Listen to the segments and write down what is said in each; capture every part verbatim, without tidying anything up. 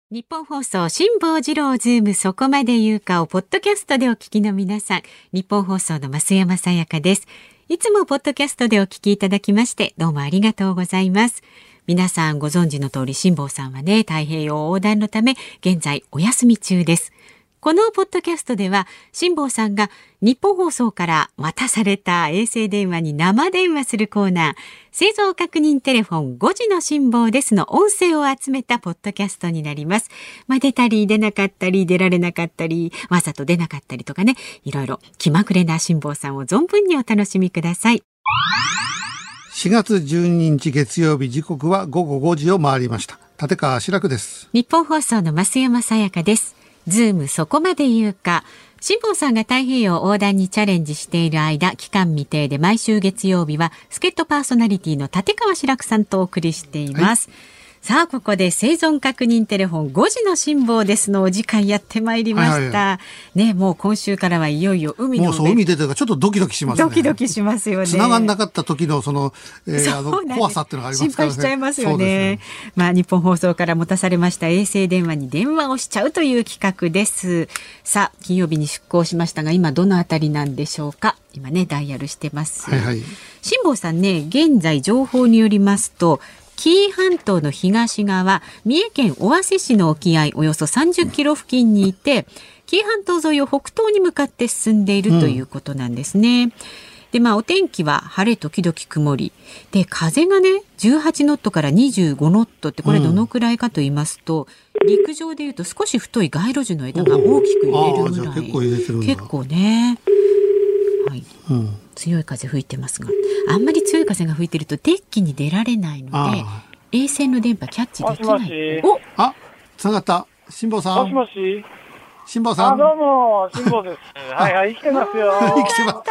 日本放送辛坊治郎ズームそこまで言うかをポッドキャストでお聞きの皆さん、日本放送の増山さやかです。いつもポッドキャストでお聞きいただきましてどうもありがとうございます。皆さんご存知の通り辛坊さんはね、太平洋横断のため現在お休み中です。このポッドキャストでは辛坊さんが日本放送から渡された衛星電話に生電話するコーナー、製造確認テレフォンごじの辛坊ですの音声を集めたポッドキャストになります。まあ、出たり出なかったり出られなかったりわざと出なかったりとかね、いろいろ気まぐれな辛坊さんを存分にお楽しみください。 しがつじゅうににち月曜日、時刻はごごごじを回りました。立川志らくです。 日本放送の増山さやかです。ズームそこまで言うか。辛坊さんが太平洋横断にチャレンジしている間、期間未定で毎週月曜日は助っ人パーソナリティの立川志らくさんとお送りしています。はい、さあここで生存確認テレフォンごじの辛坊ですのお時間やってまいりました。はいはいはい、ね、もう今週からはいよいよ海の上、 もうそう海出てるからちょっとドキドキしますね。 ドキドキしますよね。 繋がんなかった時のその、えー、あの怖さっていうのがありますからね。 心配しちゃいますよね。まあ日本放送から持たされました衛星電話に電話をしちゃうという企画です。さあ金曜日に出港しましたが、今どのあたりなんでしょうか。今ねダイヤルしてます。はいはい、辛坊さんね、現在情報によりますと紀伊半島の東側、三重県尾鷲市の沖合およそさんじゅっキロ付近にいて、紀伊半島沿いを北東に向かって進んでいるということなんですね。うん、でまあお天気は晴れ時々曇りで、風がねじゅうはちノットからにじゅうごノットってこれどのくらいかと言いますと、うん、陸上でいうと少し太い街路樹の枝が大きく揺れるぐらい、 結構揺れてるんだ。 結構ね、はい、うん、強い風吹いてますが、あんまり強い風が吹いてるとデッキに出られないので衛星の電波キャッチできない。 もしもし、 おあ、つながった。辛坊さん。 もしもし、 辛坊さん。 あ、どうも辛坊です。はいはい、生きてますよ。 生きてます。よかった。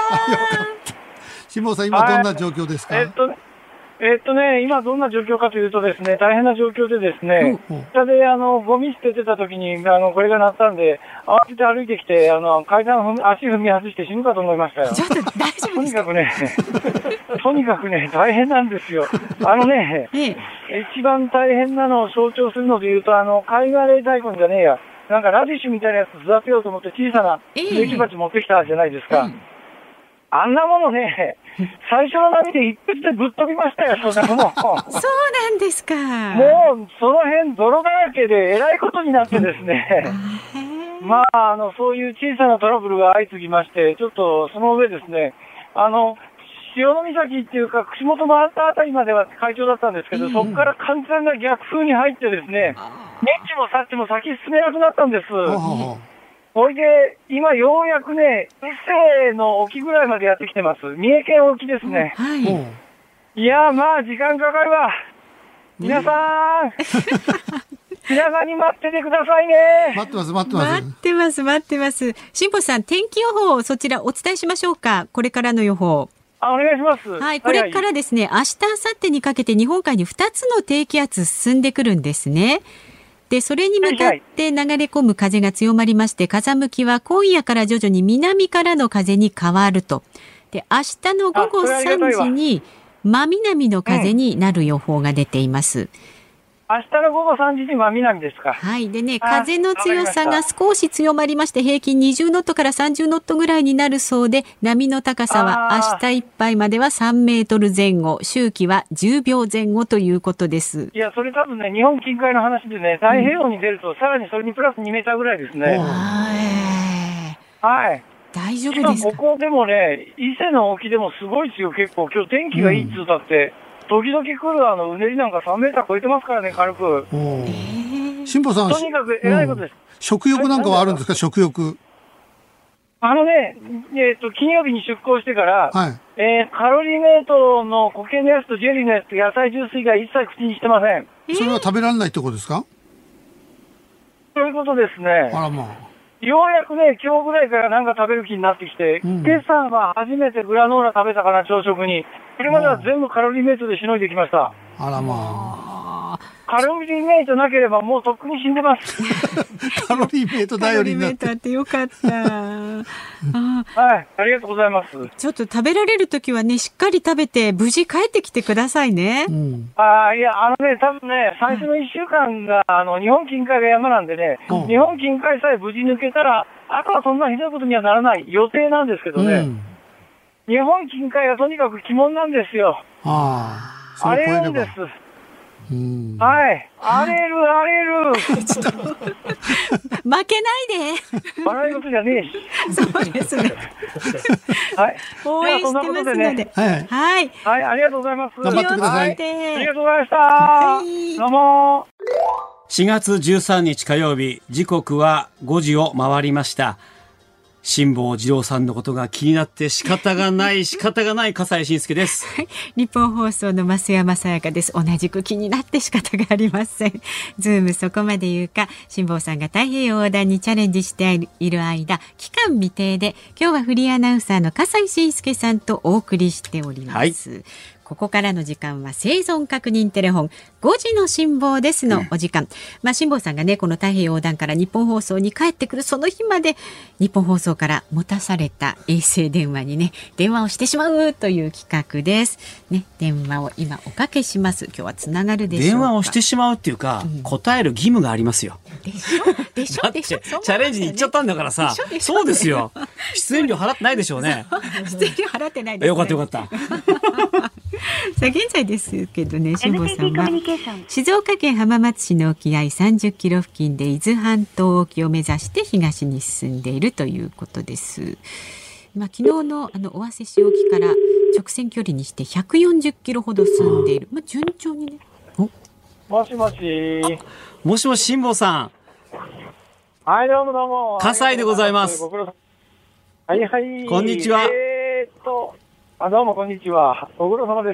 辛坊さん、今どんな状況ですか。 えー、っとえー、っとね、今どんな状況かというとですね、大変な状況でですね、下であのゴミ捨ててた時にあのこれが鳴ったんで、慌てて歩いてきて、あの階段踏み足踏み外して死ぬかと思いましたよ。 ちょっと大丈夫ですか。 とにかくね、とにかくね大変なんですよ。あのね、ええ、一番大変なのを象徴するので言うと、あの貝殻レ大根じゃねえや、なんかラディッシュみたいなやつ育てようと思って小さな植木鉢持ってきたじゃないですか。ええ、あんなものね、最初の波で一発でぶっ飛びましたよ、そんなもの。そうなんですか。 もう、その辺、泥だらけで、えらいことになってですね。まあ、あの、そういう小さなトラブルが相次ぎまして、ちょっと、その上ですね、あの、潮岬っていうか、串本のあたりまでは快調だったんですけど、うん、そこから完全な逆風に入ってですね、ネッチもサッチも先進めなくなったんです。それで、今ようやくね、伊勢の沖ぐらいまでやってきてます。三重県沖ですね。はい、いやー、まあ、時間かかるわ。皆さん、気長に待っててくださいね。 待ってます、待ってます。 待ってます、待ってます。辛坊さん、天気予報、そちらお伝えしましょうか。これからの予報。 あ、お願いします。 はい、これからですね、はいはい、明日、明後日にかけて日本海にふたつの低気圧進んでくるんですね。でそれに向かって流れ込む風が強まりまして、風向きは今夜から徐々に南からの風に変わると。で明日の午後さんじに真南の風になる予報が出ています。うん、 明日の午後さんじに真南ですか。 はい。でね、風の強さが少し強まりまして、平均にじゅうノットからさんじゅうノットぐらいになるそうで、波の高さは明日いっぱいまではさんメートルぜん後、周期はじゅうびょうぜん後ということです。 いや、それ多分ね、日本近海の話でね、太平洋に出ると、うん、さらにそれにプラスにメーターぐらいですね。はい。 大丈夫ですか。 ここでもね、伊勢の沖でもすごいですよ、結構。今日天気がいいっつうだって。うん時々来るあのうねりなんかさんメーター超えてますからね、軽く。 辛坊さん、 とにかく偉いことです。 食欲なんかはあるんですか、食欲。 あのね、えっと、金曜日に出港してから、はい、えー、カロリーメイトの固形のやつとジェリーのやつと野菜ジュース以外一切口にしてません。 それは食べられないってことですか。 そういうことですね。 あらまあ。 ようやくね、今日ぐらいからなんか食べる気になってきて、うん、今朝は初めてグラノーラ食べたかな、朝食に。それまでは全部カロリーメイトでしのいできました。 あらまあ。 カロリーメイトなければもうとっくに死んでます。 カロリーメイト頼りになって。 カロリーメイトあってよかった。 はい、ありがとうございます。 ちょっと食べられるときはね、しっかり食べて、無事帰ってきてくださいね。 うん、 あいや、あのね、多分ね、最初のいっしゅうかんが、あの、日本近海が山なんでね、うん、日本近海さえ無事抜けたら、あとはそんなひどいことにはならない予定なんですけどね、うん、日本近海はとにかく鬼門なんですよ。 ああ、 荒れるんです。 うん、 はい。荒れる、荒れる。 ちょっと負けないで。 笑い事じゃねえし。 そうですね。 はい。 応援してますので。 ね、 はい。はい。 はい、ありがとうございます。 頑張ってください。 ありがとうございました。はい、どうも。 しがつじゅうさんにち火曜日、時刻はごじを回りました。辛坊治郎さんのことが気になって仕方がない仕方がない笠井信介です。 日本放送の増山さやかです。同じく気になって仕方がありません。ズームそこまで言うか、辛坊さんが太平洋横断にチャレンジしている間、期間未定で今日はフリーアナウンサーの笠井信介さんとお送りしております。はい、ここからの時間は生存確認テレフォンごじの辛坊ですのお時間、うん、まあ辛坊さんがねこの太平洋横断から日本放送に帰ってくるその日まで日本放送から持たされた衛星電話にね電話をしてしまうという企画ですね。電話を今おかけします。今日はつながるでしょうか。 電話をしてしまうっていうか、うん、答える義務がありますよ。 でしょでしょでしょチャレンジに行っちゃったんだからさ。そうですよ。出演料払ってないでしょうね。 出演料払ってないですね。 よかったよかった。 さあ現在ですけどね、辛坊さんは静岡県浜松市の沖合さんじゅっキロ付近で伊豆半島沖を目指して東に進んでいるということです。まあ、昨日のあの尾鷲市沖から直線距離にしてひゃくよんじゅっキロほど進んでいる。まあ、順調にね。 もしもし。 もしもし辛坊さん。 はいどうもどうも。 笠井でございます。 はいはい。 こんにちは。 えー、っと。あ、どうもこんにちは。ご苦労様です。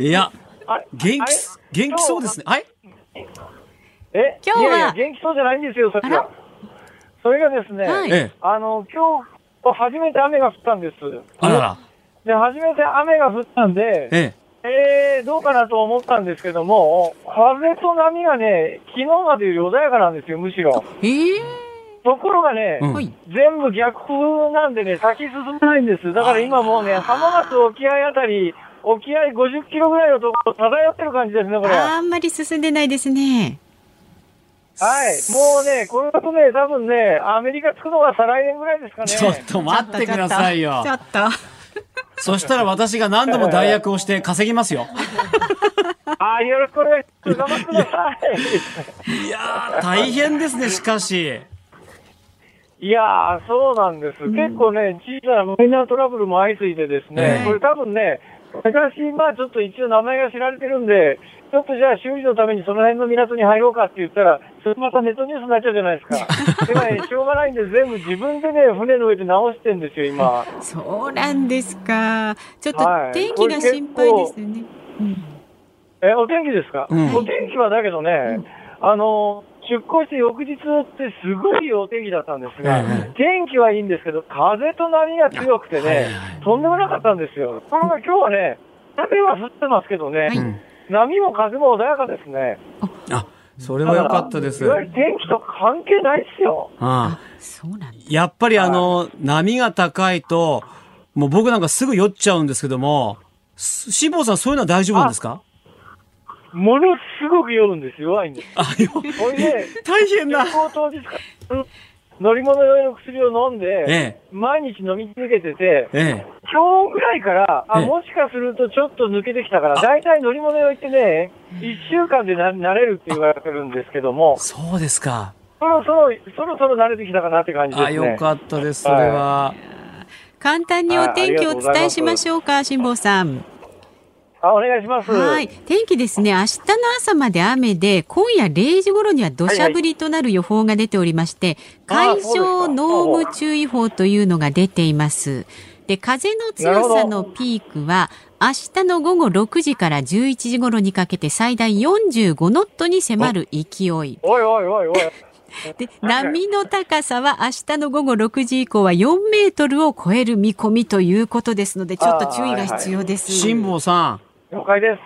いや、元気、元気そうですね。はい。 え、 今日は。いやいや元気そうじゃないんですよ、それが。それがですね、はい、あの、今日、初めて雨が降ったんです。 あらら。 で、初めて雨が降ったんで、えええー、どうかなと思ったんですけども、風と波がね、昨日までより穏やかなんですよ、むしろ。 えーところがね、うん、全部逆風なんでね、先進めないんです。だから今もうね、浜松沖合あたり、沖合ごじゅっキロぐらいのところ漂ってる感じですね、これ。 あんまり進んでないですね。 はい。もうね、これだとね、多分ね、アメリカ着くのが再来年ぐらいですかね。 ちょっと待ってくださいよ。 ちょっと。 そしたら私が何度も代役をして稼ぎますよ。 ああ、よろしくお願いします。頑張ってください。いやー、大変ですね、しかし。 いやー、そうなんです。うん、結構ね、小さなマイナートラブルも相次いでですね、えー、これ多分ね、昔、まあちょっと一応名前が知られてるんで、ちょっとじゃあ修理のためにその辺の港に入ろうかって言ったら、それまたネットニュースになっちゃうじゃないですか。でもね、しょうがないんで全部自分でね、船の上で直してんですよ、今。 そうなんですか。ちょっと天気が心配ですよね。うん、 え、お天気ですか、うん、お天気はだけどね、うん、あの、出港して翌日ってすごいお天気だったんですが、うん、天気はいいんですけど、風と波が強くてね、とんでもなかったんですよ。ところが今日はね、雨は降ってますけどね、はい、波も風も穏やかですね。 あ、それは良かったです。 いわゆる天気と関係ないですよ。 ああ、そうなんです。やっぱりあの、はい、波が高いと、もう僕なんかすぐ酔っちゃうんですけども、辛坊さんそういうのは大丈夫なんですか？ ものすごく酔うんです。弱いんです。 あ、これで、大変な。 出港当日から乗り物用の薬を飲んで、ええ、毎日飲み続けてて、ええ、今日ぐらいから、あ、ええ、もしかするとちょっと抜けてきたから、だいたい乗り物用行ってね、いっしゅうかんでな慣れるって言われてるんですけども。 そうですか。 そろそろ、そろそろ慣れてきたかなって感じですね。 あ、よかったです、それは。はい、 簡単にお天気をお伝えしましょうか、辛坊さん。 あ、お願いします。 はい。天気ですね。明日の朝まで雨で、今夜れいじ頃には土砂降りとなる予報が出ておりまして、はいはい、海上濃霧注意報というのが出ています。で、風の強さのピークは、明日の午後ろくじからじゅういちじ頃にかけて最大よんじゅうごノットに迫る勢い。おいおいおいおい。 で、波の高さは明日の午後ろくじ以降はよんメートルを超える見込みということですので、ちょっと注意が必要です。 辛坊さん。 了解です。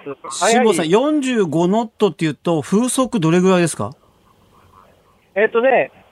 辛坊さん、よんじゅうごノットって言うと、風速どれぐらいですか？ えっとね、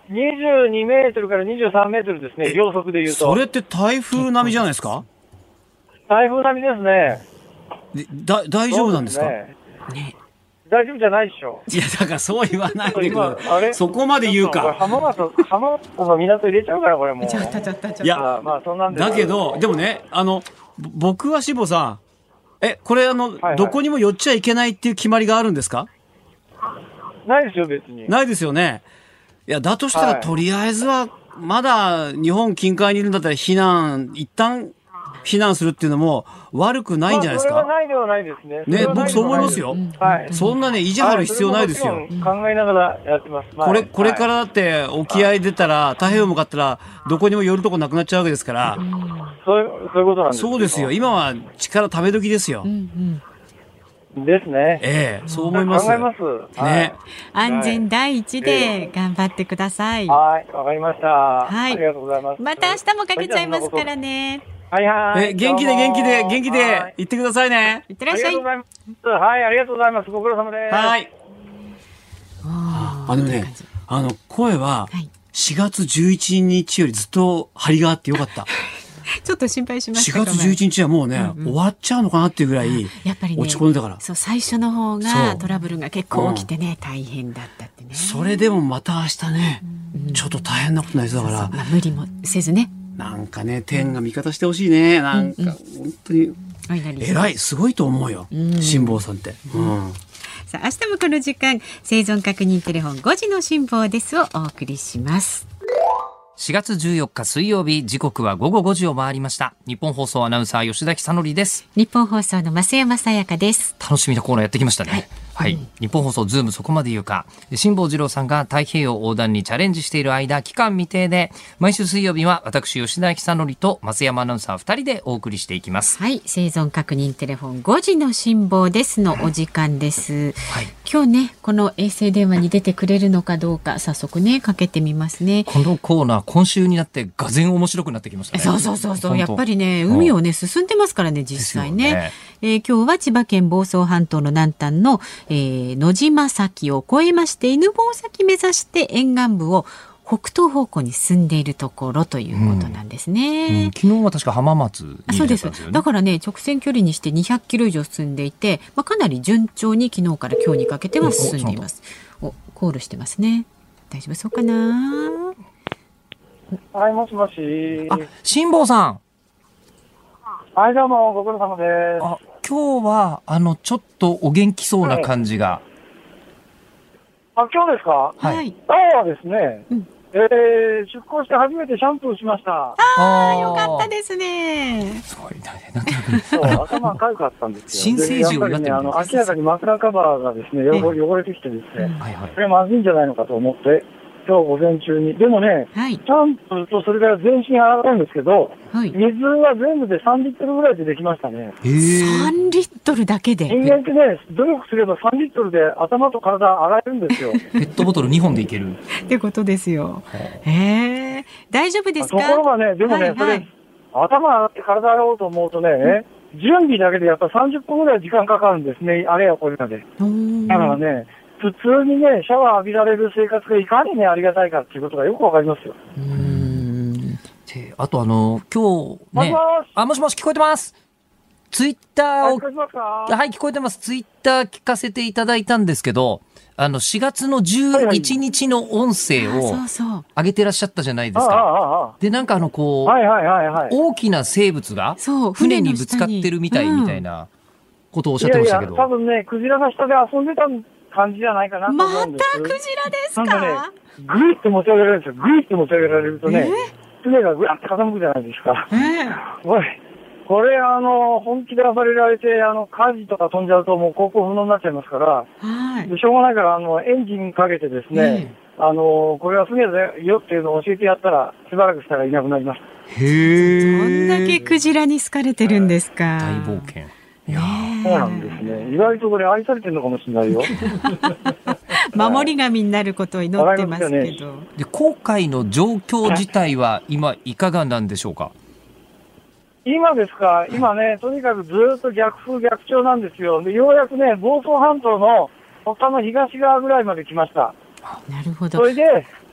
にじゅうにメートルからにじゅうさんメートルですね、秒速で言うと。 それって台風並みじゃないですか？ 台風並みですね。 でだ大丈夫なんですか？ ね、大丈夫じゃないでしょ。 いや、だからそう言わないでください。 あれそこまで言うか。 浜松、浜松の港入れちゃうから、これもう。 ちょっとちょっとちょっと。 いや、 まあ、そんなんですだけど、でもね、あの、僕は志保さん、え、これあの、はいはい、どこにも寄っちゃいけないっていう決まりがあるんですか？ ないですよ、別に。 ないですよね。いや、だとしたら、はい、とりあえずは、まだ日本近海にいるんだったら避難、一旦避難するっていうのも悪くないんじゃないですか？ まあ、それはないではないですね。 ね、僕そう思いますよ。はい。そんなね、意地張る必要ないですよ。 考えながらやってます。 これ、これからだって沖合出たら、太平洋向かったら、どこにも寄るとこなくなっちゃうわけですから。 そういう、そういうことなんです。 そうですよ。今は力ため時ですよ。 うんうん、ですね。 ええ、そう思います。 考えます。 ね。 安全第一で頑張ってください。 はい、わかりました。はい。ありがとうございます。 また明日もかけちゃいますからね。 はいはい。 え、元気で元気で元気で行ってくださいね。 いってらっしゃい。 はい、ありがとうございます。ご苦労様です。 はい。あのね、あの、声はしがつじゅういちにちよりずっと張りがあってよかった。 ちょっと心配しました。 しがつじゅういちにちはもうね、うんうん、終わっちゃうのかなっていうぐらい、やっぱりね、落ち込んでたから。 そう、最初の方がトラブルが結構起きてね、うん、大変だったってね。 それでもまた明日ね、うん、ちょっと大変なことになりそうだから。そうそう、 まあ、無理もせずね。 なんかね、天が味方してほしいね。なんか、うんうん、本当に、偉い、すごいと思うよ。辛坊さんって。うん。 さあ、明日もこの時間、生存確認テレフォンごじの辛坊ですをお送りします。 しがつじゅうよっか水曜日、時刻はごごごじを回りました。日本放送アナウンサー吉田久典です。 日本放送の増山さやかです。 楽しみなコーナーやってきましたね。はいはい、うん、日本放送ズームそこまで言うか、辛坊治郎さんが太平洋横断にチャレンジしている間、期間未定で毎週水曜日は私吉田久典と増山アナウンサーふたりでお送りしていきます。 はい、生存確認テレフォンごじの辛坊ですのお時間です、はい、今日ね、この衛星電話に出てくれるのかどうか早速ね、かけてみますね。 このコーナー今週になってがぜん面白くなってきましたね。 そうそうそうそう、やっぱりね、海をね進んでますからね、実際ね。ね、えー、今日は千葉県房総半島の南端の、えー、野島崎を越えまして犬吠埼目指して沿岸部を北東方向に進んでいるところということなんですね。 うんうん、昨日は確か浜松にいらっしゃったんですよね。 そうです。だからね、直線距離にしてにひゃくキロ以上進んでいて、まあ、かなり順調に昨日から今日にかけては進んでいます。お、おコールしてますね。大丈夫そうかな。 はい、もしもし。 あ、辛坊さん。 はい、どうもご苦労様です。 あ、今日はあのちょっとお元気そうな感じが。 はい、あ、今日ですか？ はい。 今日はですね、うん、えー、出航して初めてシャンプーしました。 ああ、よかったですね。 すごいね。 なんそう、頭かゆかったんですよ。 新生児をやってるんです。 あの明らかに枕カバーがですね、汚汚れてきてですね、はいはい、これまずいんじゃないのかと思って。今日午前中に。でもね、はい、シャンプーとそれから全身洗ったんですけど、はい、水は全部でさんリットルぐらいでできましたね。 さんリットルだけで？ 人間ってね、努力すればさんリットルで頭と体洗えるんですよ。 ペットボトルにほんでいけるってことですよ。へえ、大丈夫ですか？ ところがね、でもね、はいはい、それ、頭洗って体洗おうと思うとね、うん、準備だけでやっぱさんじゅっぷんぐらい時間かかるんですね。あれやこれまで。だからね、普通にね、シャワー浴びられる生活がいかにね、ありがたいかっていうことがよくわかりますよ。 うーん。あとあの、今日ね、もしもし、あ、もしもし聞こえてます。ツイッターを、はい、聞こえてます。ツイッター聞かせていただいたんですけど、あの、しがつのじゅういちにちの音声を上げてらっしゃったじゃないですか。で、なんかあの、こう、はいはいはいはい、大きな生物が船にぶつかってるみたいみたいなことをおっしゃってましたけど。 いやいや、多分ね、クジラが下で遊んでた感じじゃないかなと思うんです。 またクジラですか？ なんかね、グイって持ち上げられるんですよ。グイって持ち上げられるとね、船がグワッて傾くじゃないですか。えー、これ、これあの、本気で暴れられて、あの、舵とか飛んじゃうともう航行不能になっちゃいますから、はい、でしょうがないから、あの、エンジンかけてですね、えー、あの、これは船だよっていうのを教えてやったら、しばらくしたらいなくなりました。 へー。どんだけクジラに好かれてるんですか？ 大冒険。 いやー、そうなんですね。意外とこれ愛されてるのかもしれないよ。 守り神になることを祈ってますけど。 で、航海の状況自体は今いかがなんでしょうか？ 今ですか、今ね、とにかくずっと逆風逆潮なんですよ。で、ようやくね、房総半島の他の東側ぐらいまで来ました。 なるほど。 それで、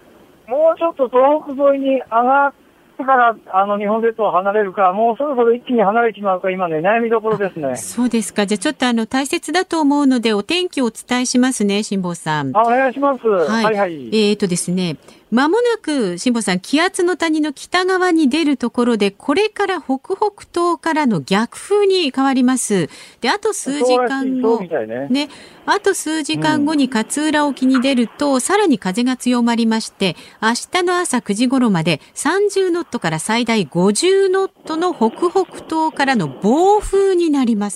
もうちょっと東北沿いに上がってから、あの、日本列島を離れるか、もうそろそろ一気に離れてしまうか、今ね、悩みどころですね。 そうですか。じゃあちょっとあの、大切だと思うので、お天気をお伝えしますね、辛坊さん。 あ、お願いします。 はい、 はい、はい。 えーとですね、まもなく辛坊さん、気圧の谷の北側に出るところで、これから北北東からの逆風に変わります。で、あと数時間後、ね、ね、あと数時間後に勝浦沖に出ると、うん、さらに風が強まりまして、明日の朝くじ頃までさんじゅうノットから最大ごじゅうノットの北北東からの暴風になります。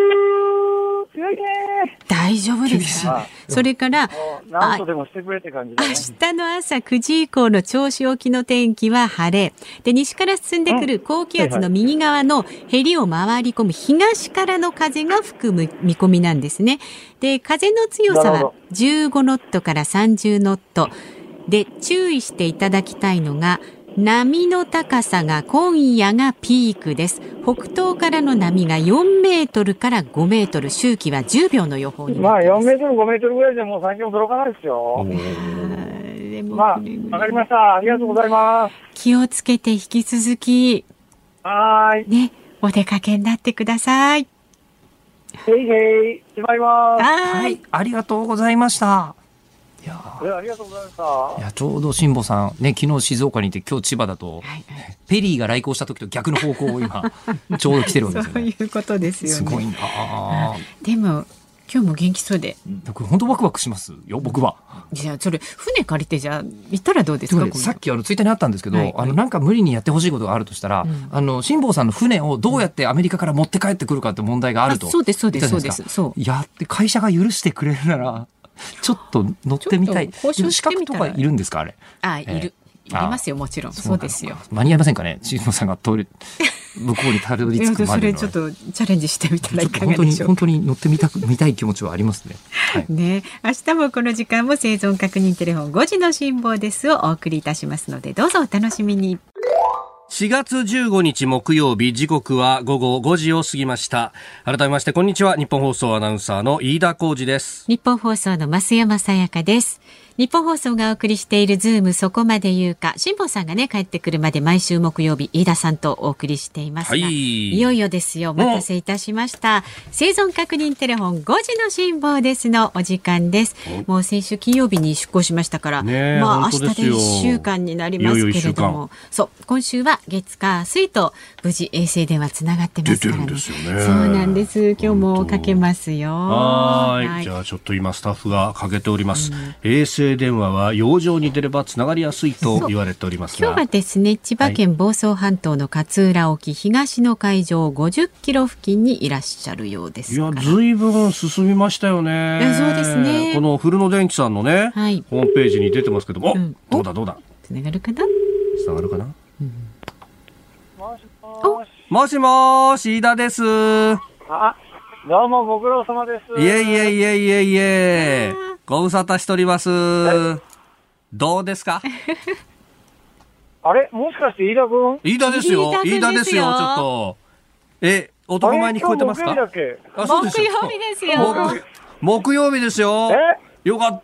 大丈夫ですか。それから何とでもしてくれって感じだね。 明日の朝くじ以降の銚子沖の天気は晴れで、西から進んでくる高気圧の右側のへりを回り込む東からの風が吹く見込みなんですね。で、風の強さはじゅうごノットからさんじゅうノットで、注意していただきたいのが波の高さが今夜がピークです。北東からの波がよんメートルからごメートル、周期はじゅうびょうの予報になっています。 まあよんメートルごメートルぐらいでもう最近も届かないですよ。 でもまあわかりました。ありがとうございます。 気をつけて引き続きはーいね、お出かけになってください。 へいへい、しまいます。 はい、ありがとうございました。いやありがとうございました。 いやちょうど辛坊さんね、昨日静岡にいて今日千葉だと、はいはい、ペリーが来航した時と逆の方向を今ちょうど来てるわけですよね。 そういうことですよね。 すごいな。 でも今日も元気そうで、 本当ワクワクしますよ僕は。 じゃあそれ船借りてじゃあ行ったらどうですか。 さっきあのツイッターにあったんですけど、はいはい、あのなんか無理にやってほしいことがあるとしたら、うん、あの辛坊さんの船をどうやってアメリカから持って帰ってくるかって問題があると、 うん、そうですそうですそうです。そうやって会社が許してくれるならちょっと乗ってみたい。資格とかいるんですかあれ。 あ、いる。えーいりますよ、もちろん。そうですよ。 間に合いませんかね、辛坊さんが通り向こうにたどり着くまでの。 それちょっとチャレンジしてみたらいかがでしょうか。 本当に本当に乗ってみたく見たい気持ちはありますね。はい、 ね、明日もこの時間も生存確認テレフォンごじの辛坊ですをお送りいたしますので、どうぞお楽しみに。 しがつじゅうごにち木曜日、時刻はごごごじを過ぎました。改めましてこんにちは、日本放送アナウンサーの飯田浩司です。 日本放送の増山さやかです。日本放送がお送りしているズームそこまで言うか、辛坊さんがね帰ってくるまで毎週木曜日飯田さんとお送りしていますが、はい、いよいよですよ。お待たせいたしました。生存確認テレフォンごじの辛坊ですのお時間です。もう先週金曜日に出航しましたから、ね、まあ明日でいっしゅうかんになりますけれども、そう今週は月火水と無事衛星電話つながってますからね。 出てるんですよね。 そうなんです。今日もかけますよ。 はい、はい、じゃあちょっと今スタッフがかけております、うん、衛星電話は洋上に出ればつながりやすいと言われておりますが、 今日はですね、千葉県房総半島の勝浦沖東の海上ごじゅっキロ付近にいらっしゃるようですから。 いや、ずいぶん進みましたよね。 いや、そうですね。 この古野電機さんのね、はい、ホームページに出てますけども、うん、どうだどうだ、 つながるかなつながるかな、うん、 もしもしもしもし、飯田です。 あ、どうもご苦労様です。 いえいえいえいえいえ、ご無沙汰しております。どうですかあれ、もしかして飯田君？ 飯田ですよ。飯田ですよ。ちょっと。え、男前に聞こえてますか？ 木曜日ですよ。 木曜日ですよ。 え？ よかった。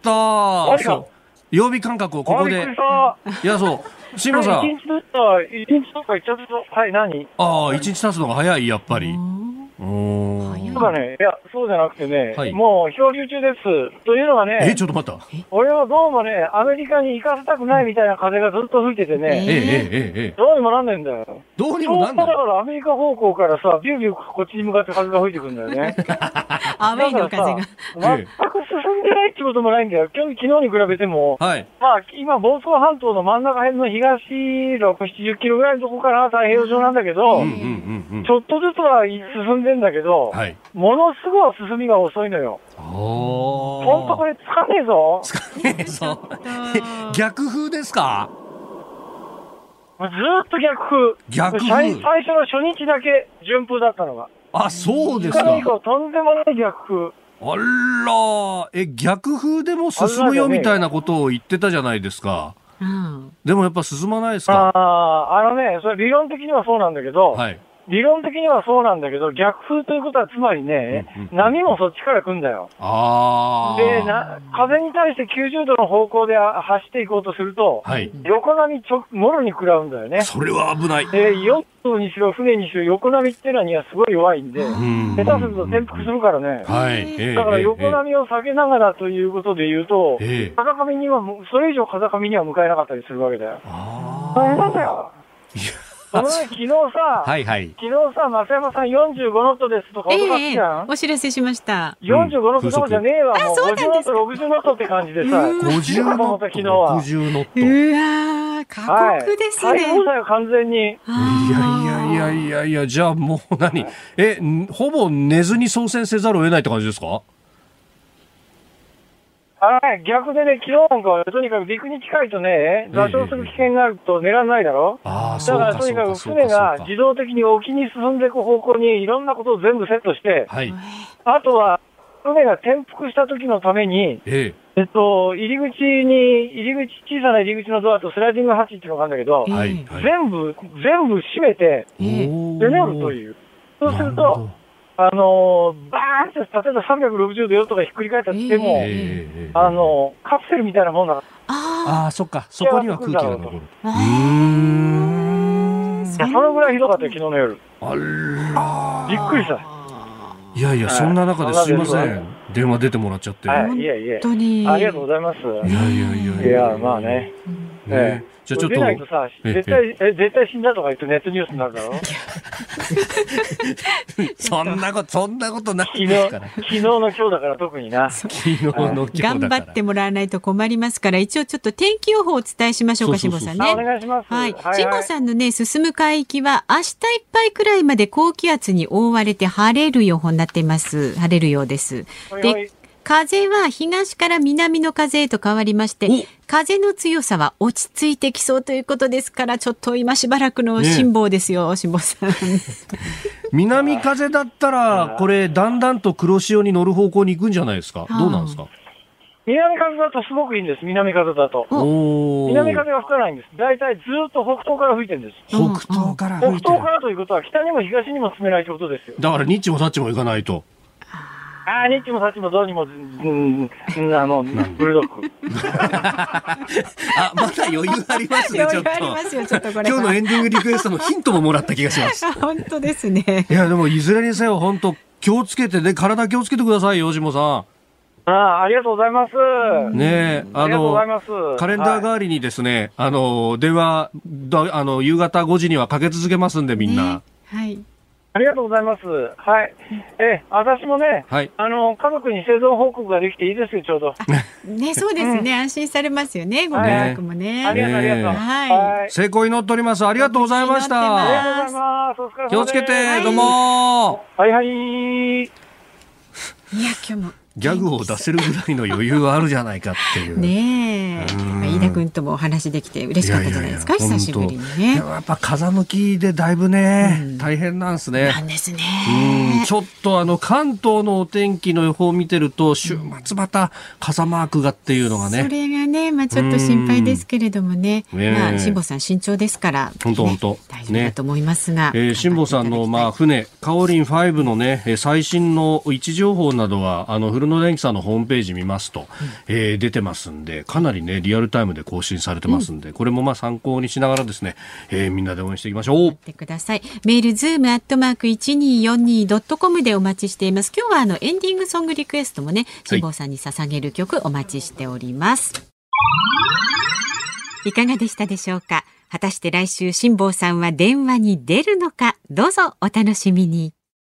そう。曜日感覚をここで。いや、そう。辛坊さん。 一日経った、一日とか言っちゃうと、はい、何？ ああ、一日経つのが早い、やっぱり。 おー。そうだね。いや、そうじゃなくてね、はい、もう漂流中です。というのがね、 え、ちょっと待った。 俺はどうもね、アメリカに行かせたくないみたいな風がずっと吹いててね、 ええええええ、 どうにもなんないんだよ。 どうにもなんない。 だからアメリカ方向からさ、ビュービューこっちに向かって風が吹いてくるんだよね。 アメリカの風が。全く進んでないってこともないんだよ。今日、昨日に比べても、 はい、 まあ、今、房総半島の真ん中辺の東ろく、ななじゅっキロぐらいのとこから太平洋上なんだけど、うんうんうんうん、ちょっとずつは進んでんだけど、はい、ものすごい進みが遅いのよ。 おー。 ほんとこれつかねえぞ。 つかねえぞ。逆風ですか？ ずーっと逆風。 逆風。 最, 最初の初日だけ順風だったのが。 あ、そうですか。 それ以降とんでもない逆風。 あら、え、逆風でも進むよみたいなことを言ってたじゃないですか。うん、でもやっぱ進まないですか？ ああ、あのね、それ理論的にはそうなんだけど、はい、 理論的にはそうなんだけど、逆風ということはつまりね、うんうん、波もそっちから来るんだよ。 あでな、風に対してきゅうじゅうどの方向で走っていこうとすると、はい、横波ちょもろに食らうんだよね。 それは危ない。 で、ヨットにしろ船にしろ横波っていうのにはすごい弱いんで、下手すると転覆するからね。 はい、 だから横波を避けながらということで言うと、えー、風上には、それ以上風上には向かえなかったりするわけだよ。大変なんだよ。そのね、昨日さ、 はいはい、 昨日さ、増山さんよんじゅうごノットですとか音が来じゃん、 えー、お知らせしました。 よんじゅうごノットどころじゃねえわ、もうごじゅうノット、ろくじゅうノットって感じでさ、 ごじゅうノット、 昨日はろくじゅうノット。 うわー、過酷ですね。 はい、大変だよ、完全に。いやいやいやいやいや、じゃあもう何、え、ほぼ寝ずに操船せざるを得ないって感じですか？ はい、逆でね、昨日なんかはとにかく陸に近いとね、座礁する危険があると寝られないだろ、ええ、だからとにかく船が自動的に沖に進んでいく方向にいろんなことを全部セットして、はい、あとは船が転覆した時のために、えええっと、入り口に、入り口、小さな入り口のドアとスライディングハッチっていうのがあるんだけど、はい、全部、全部閉めて、で寝るという。そうすると、あのー、バーンって、例えばさんびゃくろくじゅうどよとかひっくり返ったっても、えー、あのー、カプセルみたいなもんだから。 ああ、そっか。そこには空気が残る。うーん。いや、そのぐらいひどかったよ、昨日の夜。 あらびっくりした。 いやいや、そんな中ですいません。電話出てもらっちゃって。 はい、いえいえ。 本当に。 ありがとうございます。 いやいやいやいや。いや、まあね。ええ。 じゃあちょっと。 出ないとさ、絶対、え、絶対死んだとか言ってネットニュースになるだろそんなこと、そんなことないですから。昨日の今日だから特にな。 昨日の今日だから。 頑張ってもらわないと困りますから、一応ちょっと天気予報をお伝えしましょうか、辛坊さんね。 お願いします。 はい。辛坊さんのね、進む海域は明日いっぱいくらいまで高気圧に覆われて晴れる予報になっています。晴れるようです。で、風は東から南の風へと変わりまして、風の強さは落ち着いてきそうということですから、ちょっと今しばらくの辛抱ですよ、ね、辛坊さん。 南風だったら、これだんだんと黒潮に乗る方向に行くんじゃないですか。どうなんですか。 南風だとすごくいいんです。南風だと。南風が吹かないんです。大体ずっと北東から吹いてるんです。 北東から吹いてる。 北東からということは北にも東にも進めないということですよ。 だからニッチもサッチも行かないと。 ああ、ニッチもサッチもどうにも、うん、あの、ブルドッグ。 あ、まだ余裕ありますね、ちょっと。 余裕ありますよ、ちょっとこれ。 今日のエンディングリクエストのヒントももらった気がします。 本当ですね。 いや、でもいずれにせよ、本当気をつけてね、体気をつけてくださいよ、吉本さん。 ああ、ありがとうございます。 ねえ、あの、カレンダー代わりにですね、はい、あの、電話、あの、夕方ごじにはかけ続けますんで、みんな。ね、 はい。 ありがとうございます。はい。え、私もね、はい、あの、家族に生存報告ができていいですよ、ちょうど。 ね、そうですね、うん。安心されますよね、ご家族もね。 はい、ありがとう、ありがとう。 はい。 成功祈っております。ありがとうございました。 ありがとうございます。お疲れ様です。 気をつけて、どうも。 はいはい。 いや、今日も。 ギャグを出せるぐらいの余裕はあるじゃないかっていう。 ねえ。飯田君ともお話できて嬉しかったじゃないですか、いやいやいや久しぶりにね。 やっぱ風向きでだいぶね、うん、大変なんですね。 なんですね。 うん、ちょっとあの関東のお天気の予報を見てると、週末また傘マークがっていうのがね。 それがね、まあちょっと心配ですけれどもね。ねまあ辛坊さん慎重ですから、 本当本当、ね、 大丈夫だと思いますが。 ねえー、辛坊さんのまあ船、カオリンファイブのね、最新の位置情報などは、あの古野電機さんのホームページ見ますと、うんえー、出てますんで、かなりね、リアルタイムで更新されてますんで、うん、これもまあ参考にしながらですね、えー、みんなで応援していきましょう。 待ってください。メール、ズームアットマーク いちにーよんにードットコム でお待ちしています。今日はあのエンディングソングリクエストもね、辛坊さんに捧げる曲お待ちしております。はい、いかがでしたでしょうか。果たして来週辛坊さんは電話に出るのか、どうぞお楽しみに。